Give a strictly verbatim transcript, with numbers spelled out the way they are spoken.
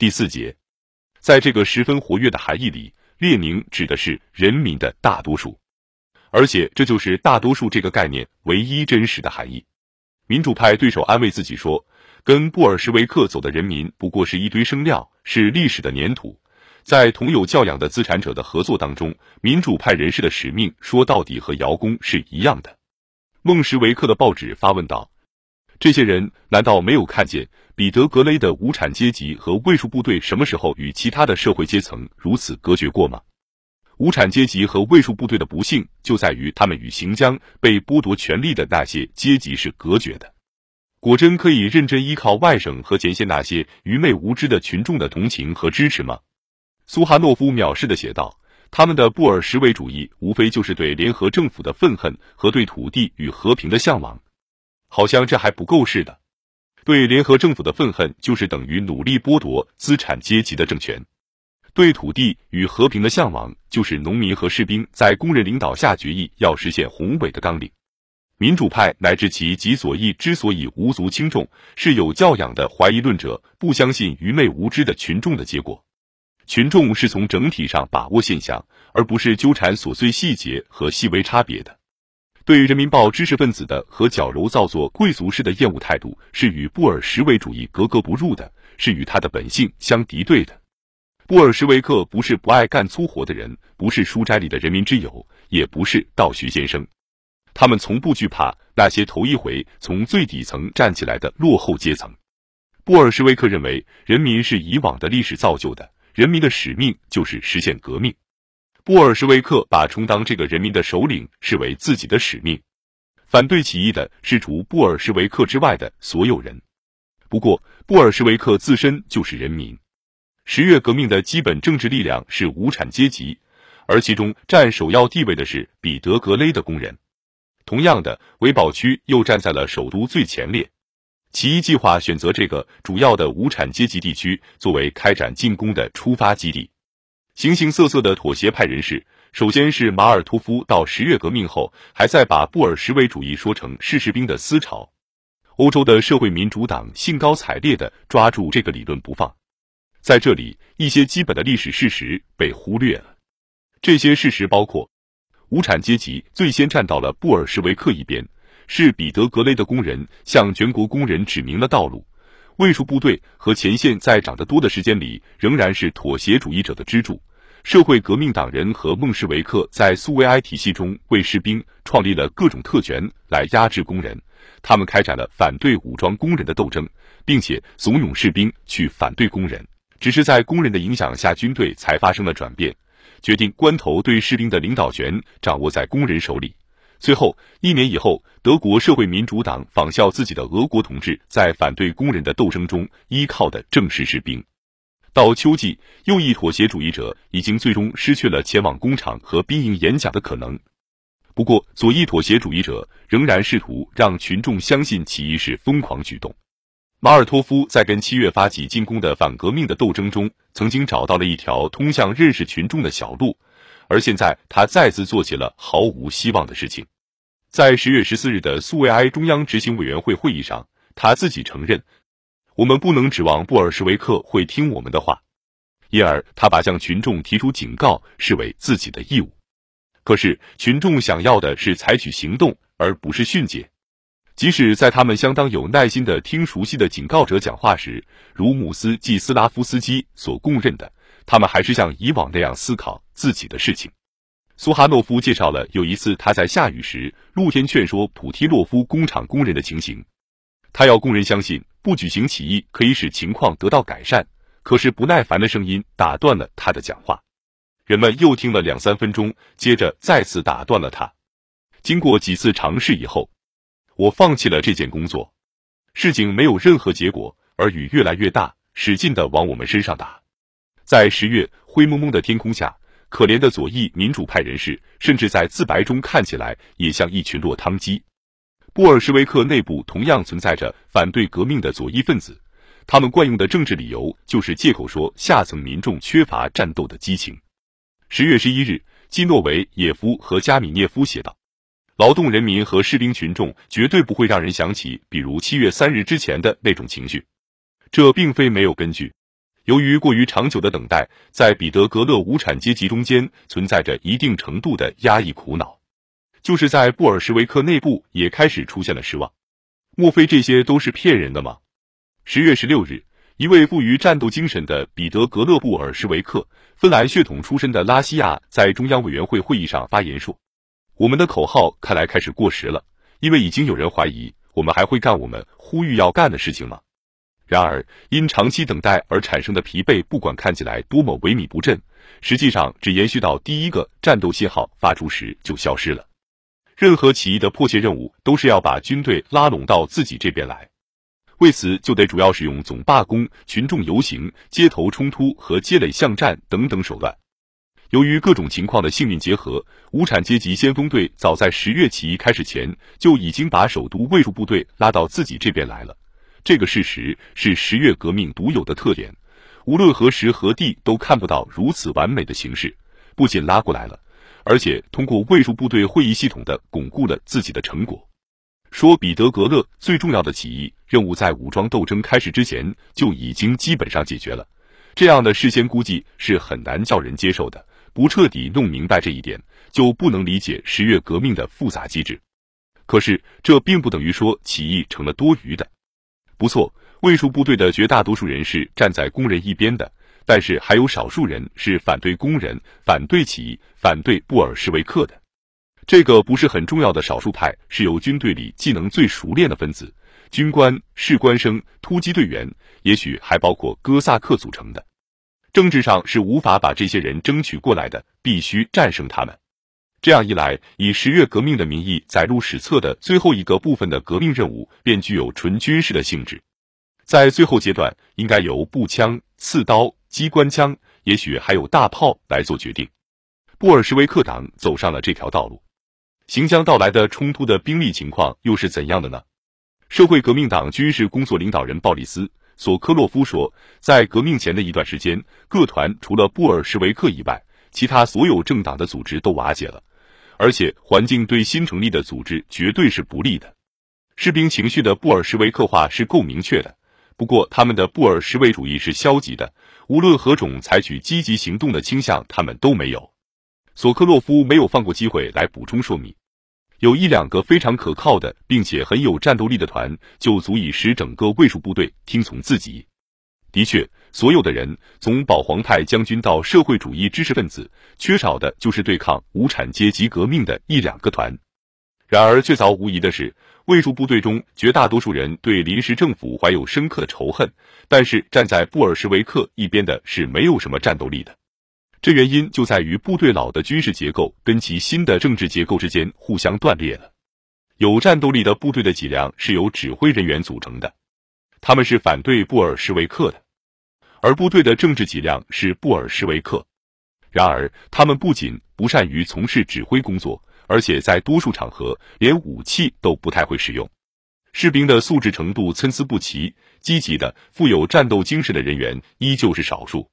第四节，在这个十分活跃的含义里，列宁指的是人民的大多数，而且这就是大多数这个概念唯一真实的含义。民主派对手安慰自己说，跟布尔什维克走的人民不过是一堆生料，是历史的粘土。在同有教养的资产者的合作当中，民主派人士的使命说到底和姚工是一样的。孟什维克的报纸发问道，这些人难道没有看见彼得格雷的无产阶级和卫戍部队什么时候与其他的社会阶层如此隔绝过吗？无产阶级和卫戍部队的不幸就在于他们与行将被剥夺权力的那些阶级是隔绝的。果真可以认真依靠外省和前线那些愚昧无知的群众的同情和支持吗？苏哈诺夫藐视地写道，他们的布尔什维主义无非就是对联合政府的愤恨和对土地与和平的向往。好像这还不够似的。对联合政府的愤恨就是等于努力剥夺资产阶级的政权。对土地与和平的向往就是农民和士兵在工人领导下决议要实现宏伟的纲领。民主派乃至其极左翼之所以无足轻重，是有教养的怀疑论者不相信愚昧无知的群众的结果。群众是从整体上把握现象，而不是纠缠琐碎细节和细微差别的。对人民报知识分子的和矫揉造作贵族式的厌恶态度是与布尔什维主义格格不入的，是与他的本性相敌对的。布尔什维克不是不爱干粗活的人，不是书斋里的人民之友，也不是道学先生。他们从不惧怕那些头一回从最底层站起来的落后阶层。布尔什维克认为，人民是以往的历史造就的，人民的使命就是实现革命。布尔什维克把充当这个人民的首领视为自己的使命。反对起义的是除布尔什维克之外的所有人。不过，布尔什维克自身就是人民。十月革命的基本政治力量是无产阶级，而其中占首要地位的是彼得格雷的工人。同样的，维堡区又站在了首都最前列。起义计划选择这个主要的无产阶级地区作为开展进攻的出发基地。形形色色的妥协派人士，首先是马尔托夫，到十月革命后还在把布尔什维主义说成是士兵的思潮。欧洲的社会民主党兴高采烈地抓住这个理论不放。在这里，一些基本的历史事实被忽略了。这些事实包括，无产阶级最先站到了布尔什维克一边，是彼得格雷的工人向全国工人指明了道路。卫戍部队和前线在长得多的时间里仍然是妥协主义者的支柱。社会革命党人和孟什维克在苏维埃体系中为士兵创立了各种特权来压制工人，他们开展了反对武装工人的斗争，并且怂恿士兵去反对工人。只是在工人的影响下，军队才发生了转变，决定关头对士兵的领导权掌握在工人手里。最后一年以后，德国社会民主党仿效自己的俄国统治，在反对工人的斗争中依靠的正是士兵。到秋季，右翼妥协主义者已经最终失去了前往工厂和兵营演讲的可能。不过，左翼妥协主义者仍然试图让群众相信起义是疯狂举动。马尔托夫在跟七月发起进攻的反革命的斗争中，曾经找到了一条通向认识群众的小路，而现在他再次做起了毫无希望的事情。在十月十四日的苏维埃中央执行委员会会议上，他自己承认，我们不能指望布尔什维克会听我们的话，因而他把向群众提出警告视为自己的义务。可是群众想要的是采取行动，而不是训诫。即使在他们相当有耐心地听熟悉的警告者讲话时，如姆斯季斯拉夫斯基所供认的，他们还是像以往那样思考自己的事情。苏哈诺夫介绍了有一次他在下雨时露天劝说普提洛夫工厂工人的情形。他要工人相信不举行起义可以使情况得到改善，可是不耐烦的声音打断了他的讲话。人们又听了两三分钟，接着再次打断了他。经过几次尝试以后，我放弃了这件工作。事情没有任何结果，而雨越来越大，使劲地往我们身上打。在十月灰蒙蒙的天空下，可怜的左翼民主派人士甚至在自白中看起来也像一群落汤鸡。布尔什维克内部同样存在着反对革命的左翼分子，他们惯用的政治理由就是借口说下层民众缺乏战斗的激情。十月十一日，基诺维耶夫和加米涅夫写道，劳动人民和士兵群众绝对不会让人想起比如七月三日之前的那种情绪。这并非没有根据。 由于过于长久的等待，在彼得格勒无产阶级中间存在着一定程度的压抑苦恼，就是在布尔什维克内部也开始出现了失望。莫非这些都是骗人的吗？十月十六日，一位富于战斗精神的彼得格勒布尔什维克芬兰血统出身的拉西亚在中央委员会会议上发言说，我们的口号看来开始过时了，因为已经有人怀疑我们还会干我们呼吁要干的事情吗？然而，因长期等待而产生的疲惫，不管看起来多么萎靡不振，实际上只延续到第一个战斗信号发出时就消失了。任何起义的迫切任务都是要把军队拉拢到自己这边来，为此就得主要使用总罢工、群众游行、街头冲突和街垒巷战等等手段。由于各种情况的幸运结合，无产阶级先锋队早在十月起义开始前就已经把首都卫戍部队拉到自己这边来了。这个事实是十月革命独有的特点，无论何时何地都看不到如此完美的形势，不仅拉过来了，而且通过卫戍部队会议系统的巩固了自己的成果。说彼得格勒最重要的起义任务在武装斗争开始之前就已经基本上解决了，这样的事先估计是很难叫人接受的，不彻底弄明白这一点，就不能理解十月革命的复杂机制。可是这并不等于说起义成了多余的。不错，卫戍部队的绝大多数人是站在工人一边的，但是还有少数人是反对工人、反对起义、反对布尔什维克的。这个不是很重要的少数派是由军队里技能最熟练的分子，军官、士官生、突击队员，也许还包括哥萨克组成的。政治上是无法把这些人争取过来的，必须战胜他们。这样一来，以十月革命的名义载入史册的最后一个部分的革命任务便具有纯军事的性质。在最后阶段，应该由步枪、刺刀、机关枪，也许还有大炮来做决定。布尔什维克党走上了这条道路。行将到来的冲突的兵力情况又是怎样的呢？社会革命党军事工作领导人鲍里斯·索科洛夫说，在革命前的一段时间，各团除了布尔什维克以外，其他所有政党的组织都瓦解了。而且环境对新成立的组织绝对是不利的。士兵情绪的布尔什维克化是够明确的，不过他们的布尔什维主义是消极的，无论何种采取积极行动的倾向他们都没有。索科洛夫没有放过机会来补充说明，有一两个非常可靠的并且很有战斗力的团就足以使整个卫戍部队听从自己。的确，所有的人从保皇派将军到社会主义知识分子，缺少的就是对抗无产阶级革命的一两个团。然而确凿无疑的是，卫戍部队中绝大多数人对临时政府怀有深刻的仇恨，但是站在布尔什维克一边的是没有什么战斗力的。这原因就在于部队老的军事结构跟其新的政治结构之间互相断裂了。有战斗力的部队的脊梁是由指挥人员组成的，他们是反对布尔什维克的，而部队的政治脊梁是布尔什维克。然而他们不仅不善于从事指挥工作，而且在多数场合连武器都不太会使用。士兵的素质程度参差不齐，积极的富有战斗精神的人员依旧是少数。